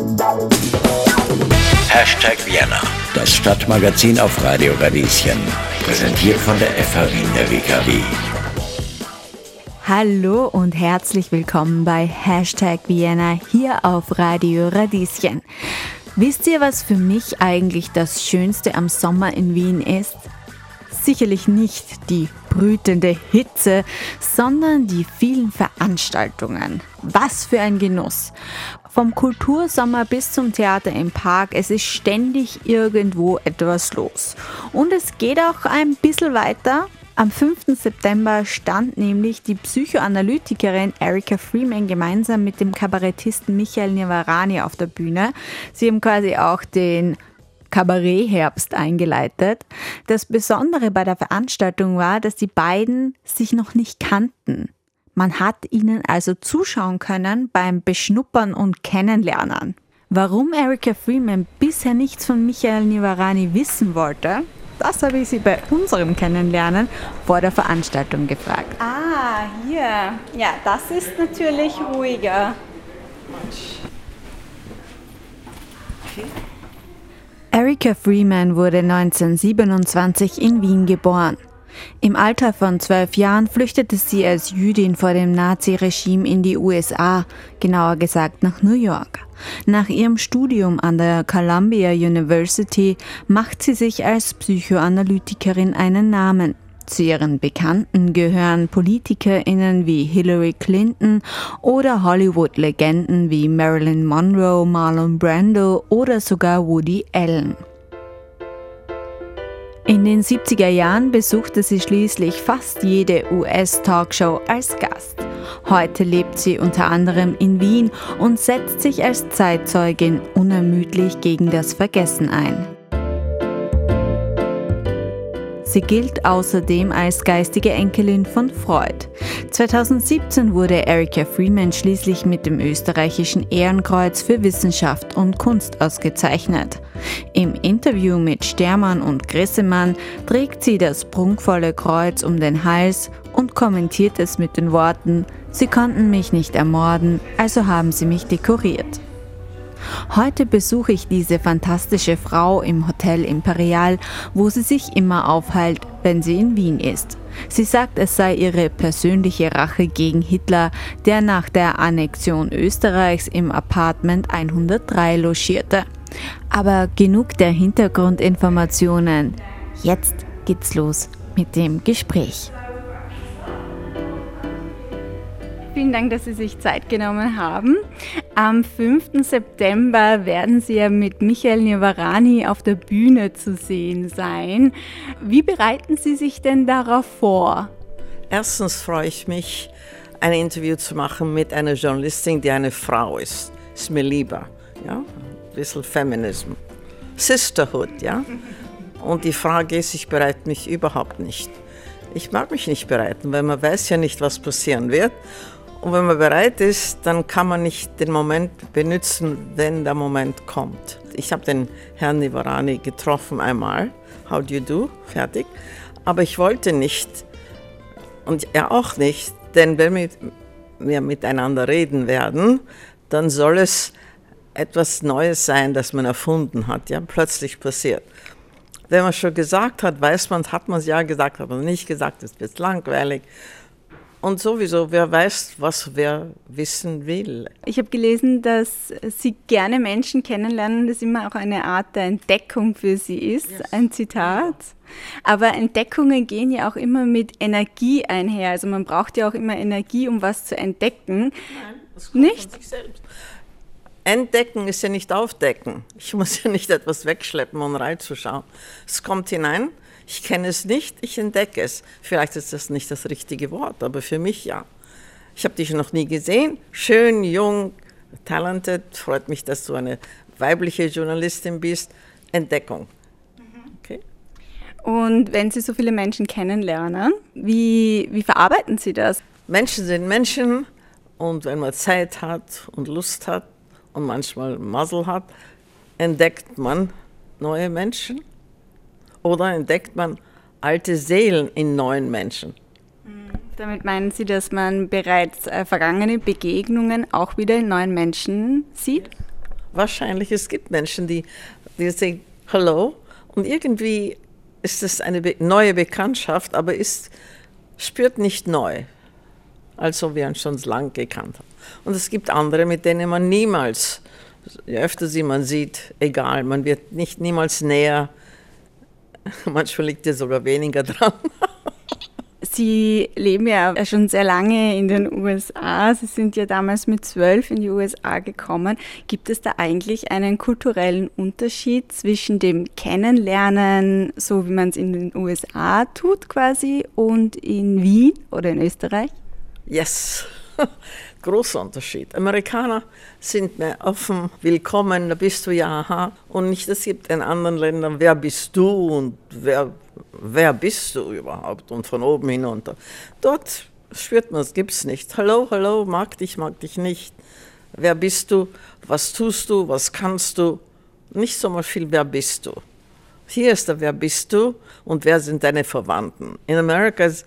Vienna, das Stadtmagazin auf Radio Radieschen. Präsentiert von der FH Wien der WKW. Hallo und herzlich willkommen bei Vienna hier auf Radio Radieschen. Wisst ihr, was für mich eigentlich das Schönste am Sommer in Wien ist? Sicherlich nicht die brütende Hitze, sondern die vielen Veranstaltungen. Was für ein Genuss! Vom Kultursommer bis zum Theater im Park, es ist ständig irgendwo etwas los. Und es geht auch ein bisschen weiter. Am 5. September stand nämlich die Psychoanalytikerin Erica Freeman gemeinsam mit dem Kabarettisten Michael Nivarani auf der Bühne. Sie haben quasi auch den Kabarettherbst eingeleitet. Das Besondere bei der Veranstaltung war, dass die beiden sich noch nicht kannten. Man hat ihnen also zuschauen können beim Beschnuppern und Kennenlernen. Warum Erica Freeman bisher nichts von Michael Nivarani wissen wollte, das habe ich sie bei unserem Kennenlernen vor der Veranstaltung gefragt. Ah, hier. Ja, das ist natürlich ruhiger. Okay. Erica Freeman wurde 1927 in Wien geboren. Im Alter von 12 Jahren flüchtete sie als Jüdin vor dem Naziregime in die USA, genauer gesagt nach New York. Nach ihrem Studium an der Columbia University macht sie sich als Psychoanalytikerin einen Namen. Zu ihren Bekannten gehören PolitikerInnen wie Hillary Clinton oder Hollywood-Legenden wie Marilyn Monroe, Marlon Brando oder sogar Woody Allen. In den 70er Jahren besuchte sie schließlich fast jede US-Talkshow als Gast. Heute lebt sie unter anderem in Wien und setzt sich als Zeitzeugin unermüdlich gegen das Vergessen ein. Sie gilt außerdem als geistige Enkelin von Freud. 2017 wurde Erica Freeman schließlich mit dem österreichischen Ehrenkreuz für Wissenschaft und Kunst ausgezeichnet. Im Interview mit Stermann und Gressemann trägt sie das prunkvolle Kreuz um den Hals und kommentiert es mit den Worten: „Sie konnten mich nicht ermorden, also haben sie mich dekoriert." Heute besuche ich diese fantastische Frau im Hotel Imperial, wo sie sich immer aufhält, wenn sie in Wien ist. Sie sagt, es sei ihre persönliche Rache gegen Hitler, der nach der Annexion Österreichs im Apartment 103 logierte. Aber genug der Hintergrundinformationen. Jetzt geht's los mit dem Gespräch. Vielen Dank, dass Sie sich Zeit genommen haben. Am 5. September werden Sie ja mit Michael Nivarani auf der Bühne zu sehen sein. Wie bereiten Sie sich denn darauf vor? Erstens freue ich mich, ein Interview zu machen mit einer Journalistin, die eine Frau ist. Ist mir lieber, ja? Ein bisschen Feminism. Sisterhood, ja? Und die Frage ist, ich bereite mich überhaupt nicht. Ich mag mich nicht bereiten, weil man weiß ja nicht, was passieren wird. Und wenn man bereit ist, dann kann man nicht den Moment benutzen, wenn der Moment kommt. Ich habe den Herrn Nivarani getroffen einmal. How do you do? Fertig. Aber ich wollte nicht und er auch nicht, denn wenn wir miteinander reden werden, dann soll es etwas Neues sein, das man erfunden hat, ja, plötzlich passiert. Wenn man schon gesagt hat, weiß man, hat man es ja gesagt, hat man nicht gesagt, es wird langweilig. Und sowieso, wer weiß, was wer wissen will. Ich habe gelesen, dass Sie gerne Menschen kennenlernen, das immer auch eine Art der Entdeckung für Sie ist, yes. Ein Zitat. Aber Entdeckungen gehen ja auch immer mit Energie einher. Also man braucht ja auch immer Energie, um was zu entdecken. Nein, das kommt nicht? Von sich selbst. Entdecken ist ja nicht aufdecken. Ich muss ja nicht etwas wegschleppen, um reinzuschauen. Es kommt hinein. Ich kenne es nicht, ich entdecke es. Vielleicht ist das nicht das richtige Wort, aber für mich ja. Ich habe dich noch nie gesehen. Schön, jung, talented. Freut mich, dass du eine weibliche Journalistin bist. Entdeckung. Okay. Und wenn Sie so viele Menschen kennenlernen, wie verarbeiten Sie das? Menschen sind Menschen und wenn man Zeit hat und Lust hat und manchmal Muzzle hat, entdeckt man neue Menschen. Oder entdeckt man alte Seelen in neuen Menschen? Damit meinen Sie, dass man bereits vergangene Begegnungen auch wieder in neuen Menschen sieht? wahrscheinlich, es gibt Menschen, die sagen Hallo und irgendwie ist es eine neue Bekanntschaft, aber spürt nicht neu, als ob wir uns schon lange gekannt haben. Und es gibt andere, mit denen man niemals, je öfter sie man sieht, egal, man wird niemals näher, manchmal liegt ja sogar weniger dran. Sie leben ja schon sehr lange in den USA. Sie sind ja damals mit 12 in die USA gekommen. Gibt es da eigentlich einen kulturellen Unterschied zwischen dem Kennenlernen, so wie man es in den USA tut quasi, und in Wien oder in Österreich? Yes, großer Unterschied. Amerikaner sind mehr offen, willkommen, da bist du ja, aha. Und nicht, es gibt in anderen Ländern, wer bist du und wer bist du überhaupt und von oben hinunter. Dort spürt man es, gibt es nicht. Hallo, mag dich nicht. Wer bist du, was tust du, was kannst du? Nicht so mal viel, wer bist du. Hier ist der, wer bist du und wer sind deine Verwandten. In Amerika ist,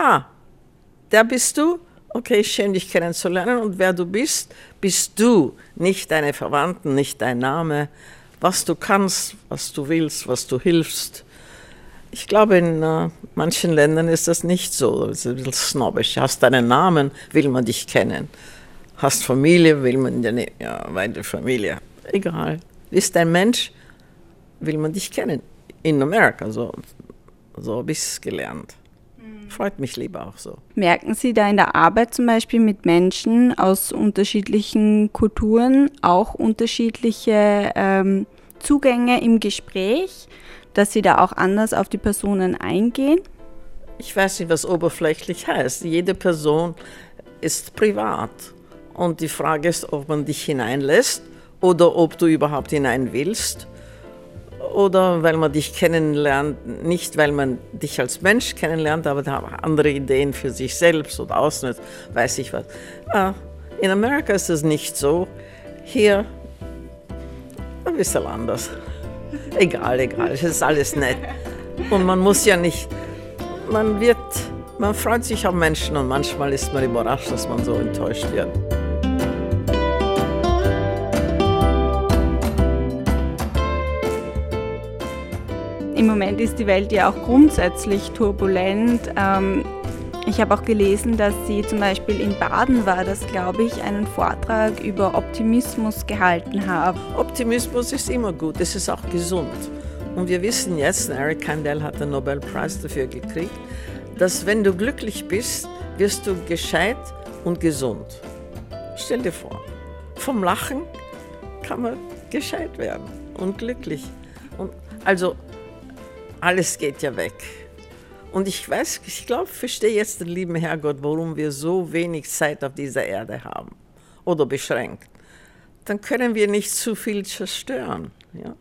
der bist du, okay, schön dich kennenzulernen und wer du bist du, nicht deine Verwandten, nicht dein Name, was du kannst, was du willst, was du hilfst. Ich glaube, in manchen Ländern ist das nicht so. Das ist ein bisschen snobbisch. Hast deinen Namen, will man dich kennen. Hast Familie, will man dir nicht. Ja, meine Familie. Egal. Bist ein Mensch, will man dich kennen. In Amerika, so habe ich es gelernt. Freut mich lieber auch so. Merken Sie da in der Arbeit zum Beispiel mit Menschen aus unterschiedlichen Kulturen auch unterschiedliche Zugänge im Gespräch, dass Sie da auch anders auf die Personen eingehen? Ich weiß nicht, was oberflächlich heißt. Jede Person ist privat. Und die Frage ist, ob man dich hineinlässt oder ob du überhaupt hinein willst. Oder weil man dich kennenlernt, nicht weil man dich als Mensch kennenlernt, aber da haben andere Ideen für sich selbst oder ausnutzt, weiß ich was. In Amerika ist das nicht so. Hier ein bisschen anders. Egal, es ist alles nett. Und man muss ja nicht, man freut sich auf Menschen und manchmal ist man überrascht, dass man so enttäuscht wird. Im Moment ist die Welt ja auch grundsätzlich turbulent. Ich habe auch gelesen, dass Sie zum Beispiel in Baden war das, glaube ich, einen Vortrag über Optimismus gehalten haben. Optimismus ist immer gut, es ist auch gesund. Und wir wissen jetzt, Eric Kandel hat den Nobelpreis dafür gekriegt, dass wenn du glücklich bist, wirst du gescheit und gesund. Stell dir vor, vom Lachen kann man gescheit werden und glücklich. Und also alles geht ja weg. Und ich verstehe jetzt den lieben Herrgott, warum wir so wenig Zeit auf dieser Erde haben oder beschränkt. Dann können wir nicht zu viel zerstören. Ja?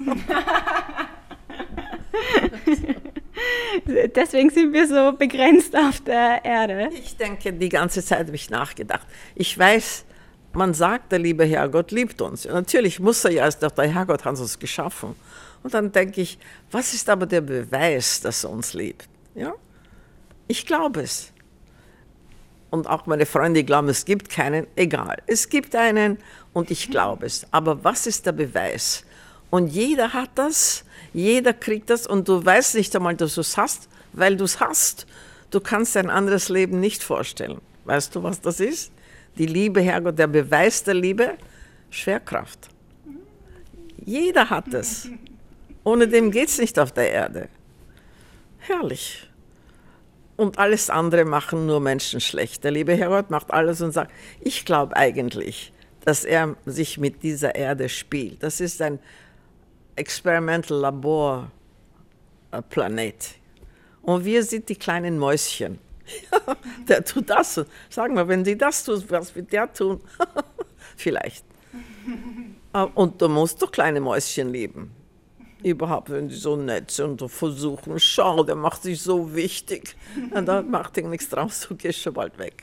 Deswegen sind wir so begrenzt auf der Erde. Ich denke, die ganze Zeit habe ich nachgedacht. Ich weiß, man sagt, der liebe Herrgott liebt uns. Ja, natürlich muss er ja, doch der Herrgott hat uns geschaffen. Und dann denke ich, was ist aber der Beweis, dass er uns liebt? Ja? Ich glaube es. Und auch meine Freunde glauben, es gibt keinen. Egal, es gibt einen und ich glaube es. Aber was ist der Beweis? Und jeder hat das, jeder kriegt das und du weißt nicht einmal, dass du es hast, weil du es hast. Du kannst ein anderes Leben nicht vorstellen. Weißt du, was das ist? Die Liebe, Herrgott, der Beweis der Liebe, Schwerkraft. Jeder hat es. Ohne dem geht es nicht auf der Erde. Herrlich. Und alles andere machen nur Menschen schlecht. Der liebe Herrgott macht alles und sagt, ich glaube eigentlich, dass er sich mit dieser Erde spielt. Das ist ein Experimental Labor Planet. Und wir sind die kleinen Mäuschen. Der tut das. Sag mal, wenn die das tun, was wird der tun? Vielleicht. Und du musst doch kleine Mäuschen lieben. Überhaupt, wenn die so nett sind und versuchen, schau, der macht sich so wichtig. Und dann macht er nichts draus, du gehst schon bald weg.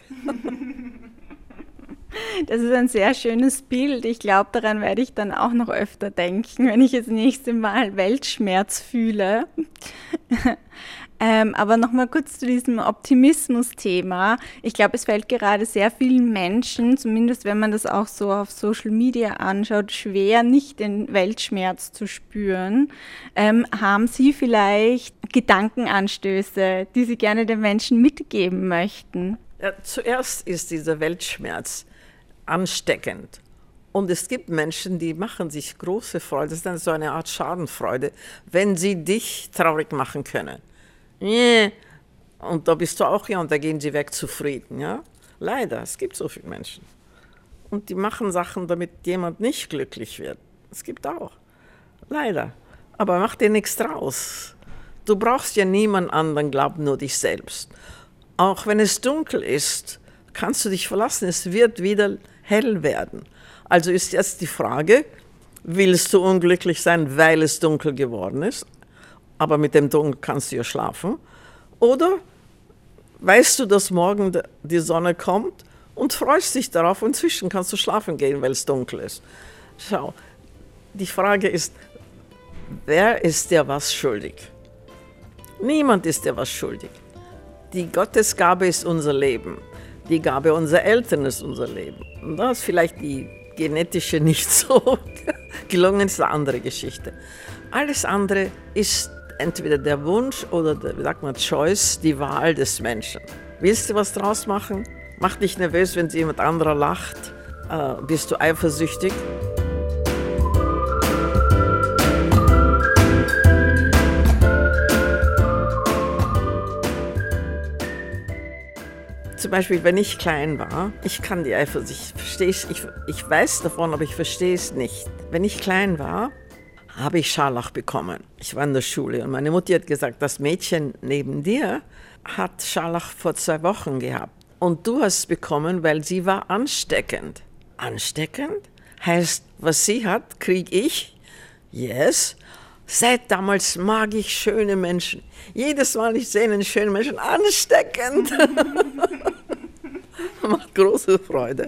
Das ist ein sehr schönes Bild. Ich glaube, daran werde ich dann auch noch öfter denken, wenn ich das nächste Mal Weltschmerz fühle. Aber nochmal kurz zu diesem Optimismus-Thema. Ich glaube, es fällt gerade sehr vielen Menschen, zumindest wenn man das auch so auf Social Media anschaut, schwer, nicht den Weltschmerz zu spüren. Haben Sie vielleicht Gedankenanstöße, die Sie gerne den Menschen mitgeben möchten? Ja, zuerst ist dieser Weltschmerz ansteckend. Und es gibt Menschen, die machen sich große Freude, das ist dann so eine Art Schadenfreude, wenn sie dich traurig machen können. Und da bist du auch, ja, und da gehen sie weg zufrieden, ja. Leider, es gibt so viele Menschen. Und die machen Sachen, damit jemand nicht glücklich wird. Es gibt auch. Leider. Aber mach dir nichts draus. Du brauchst ja niemand anderen, glaub nur dich selbst. Auch wenn es dunkel ist, kannst du dich verlassen, es wird wieder hell werden. Also ist jetzt die Frage, willst du unglücklich sein, weil es dunkel geworden ist? Aber mit dem Dunkel kannst du ja schlafen. Oder weißt du, dass morgen die Sonne kommt und freust dich darauf und inzwischen kannst du schlafen gehen, weil es dunkel ist. Schau, die Frage ist, wer ist dir was schuldig? Niemand ist dir was schuldig. Die Gottesgabe ist unser Leben. Die Gabe unserer Eltern ist unser Leben. Und da ist vielleicht die genetische nicht so gelungen, ist eine andere Geschichte. Alles andere ist entweder der Wunsch oder der, wie sagt man, Choice, die Wahl des Menschen. Willst du was draus machen? Mach dich nervös, wenn jemand anderer lacht. Bist du eifersüchtig? Zum Beispiel, wenn ich klein war, ich kann die Eifersucht, ich weiß davon, aber ich verstehe es nicht. Wenn ich klein war, habe ich Scharlach bekommen. Ich war in der Schule und meine Mutter hat gesagt, das Mädchen neben dir hat Scharlach vor 2 Wochen gehabt. Und du hast es bekommen, weil sie war ansteckend. Ansteckend? Heißt, was sie hat, kriege ich? Yes. Seit damals mag ich schöne Menschen. Jedes Mal, ich sehe einen schönen Menschen, ansteckend. Macht große Freude.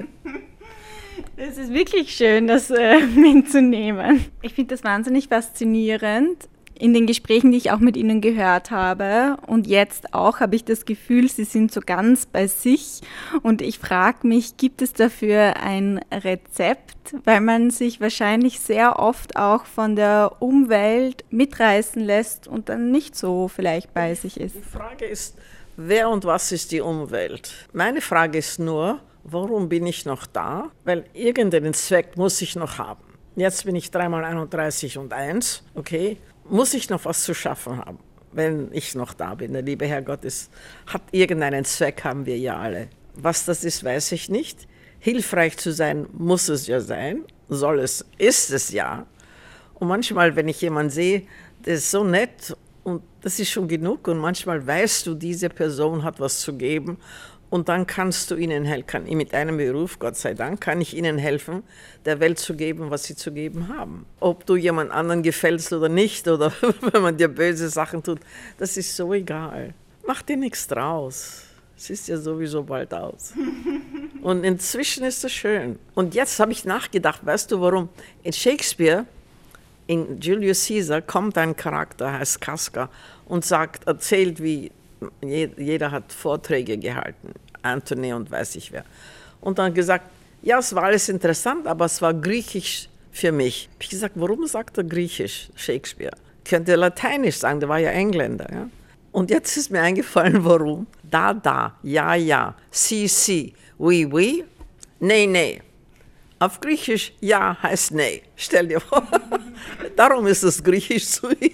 Es ist wirklich schön, das mitzunehmen. Ich finde das wahnsinnig faszinierend. In den Gesprächen, die ich auch mit Ihnen gehört habe und jetzt auch, habe ich das Gefühl, Sie sind so ganz bei sich. Und ich frage mich, gibt es dafür ein Rezept? Weil man sich wahrscheinlich sehr oft auch von der Umwelt mitreißen lässt und dann nicht so vielleicht bei sich ist. Die Frage ist, wer und was ist die Umwelt? Meine Frage ist nur, warum bin ich noch da? Weil irgendeinen Zweck muss ich noch haben. Jetzt bin ich 3 mal 31 und 1, okay? Muss ich noch was zu schaffen haben, wenn ich noch da bin. Der liebe Herrgott hat irgendeinen Zweck, haben wir ja alle. Was das ist, weiß ich nicht. Hilfreich zu sein, muss es ja sein. Ist es ja. Und manchmal, wenn ich jemanden sehe, der ist so nett und das ist schon genug. Und manchmal weißt du, diese Person hat was zu geben. Und dann kannst du ihnen helfen, mit einem Beruf, Gott sei Dank, kann ich ihnen helfen, der Welt zu geben, was sie zu geben haben. Ob du jemand anderen gefällst oder nicht, oder wenn man dir böse Sachen tut, das ist so egal. Mach dir nichts draus. Es ist ja sowieso bald aus. Und inzwischen ist es schön. Und jetzt habe ich nachgedacht, weißt du warum? In Shakespeare, in Julius Caesar, kommt ein Charakter, heißt Casca, und erzählt, wie jeder hat Vorträge gehalten, Anthony und weiß ich wer. Und dann gesagt, ja, es war alles interessant, aber es war Griechisch für mich. Ich habe gesagt, warum sagt er Griechisch, Shakespeare? Könnte Lateinisch sagen, der war ja Engländer. Ja? Und jetzt ist mir eingefallen, warum. Da, ja, si, oui, nee. Auf Griechisch ja heißt nee. Stell dir vor, darum ist es Griechisch zu ihm.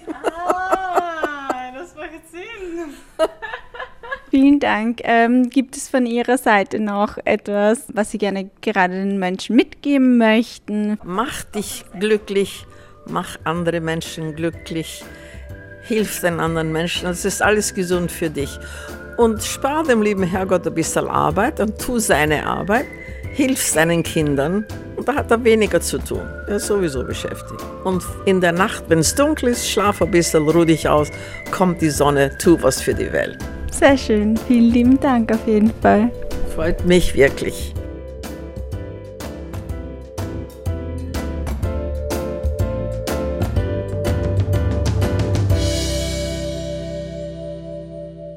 Das macht Sinn. Vielen Dank. Gibt es von Ihrer Seite noch etwas, was Sie gerne gerade den Menschen mitgeben möchten? Mach dich glücklich, mach andere Menschen glücklich, hilf den anderen Menschen, das ist alles gesund für dich. Und spar dem lieben Herrgott ein bisschen Arbeit und tu seine Arbeit, hilf seinen Kindern und da hat er weniger zu tun. Er ist sowieso beschäftigt. Und in der Nacht, wenn es dunkel ist, schlaf ein bisschen, ruh dich aus, kommt die Sonne, tu was für die Welt. Sehr schön, vielen lieben Dank auf jeden Fall. Freut mich wirklich.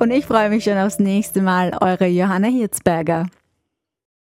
Und ich freue mich schon aufs nächste Mal. Eure Johanna Hirzberger.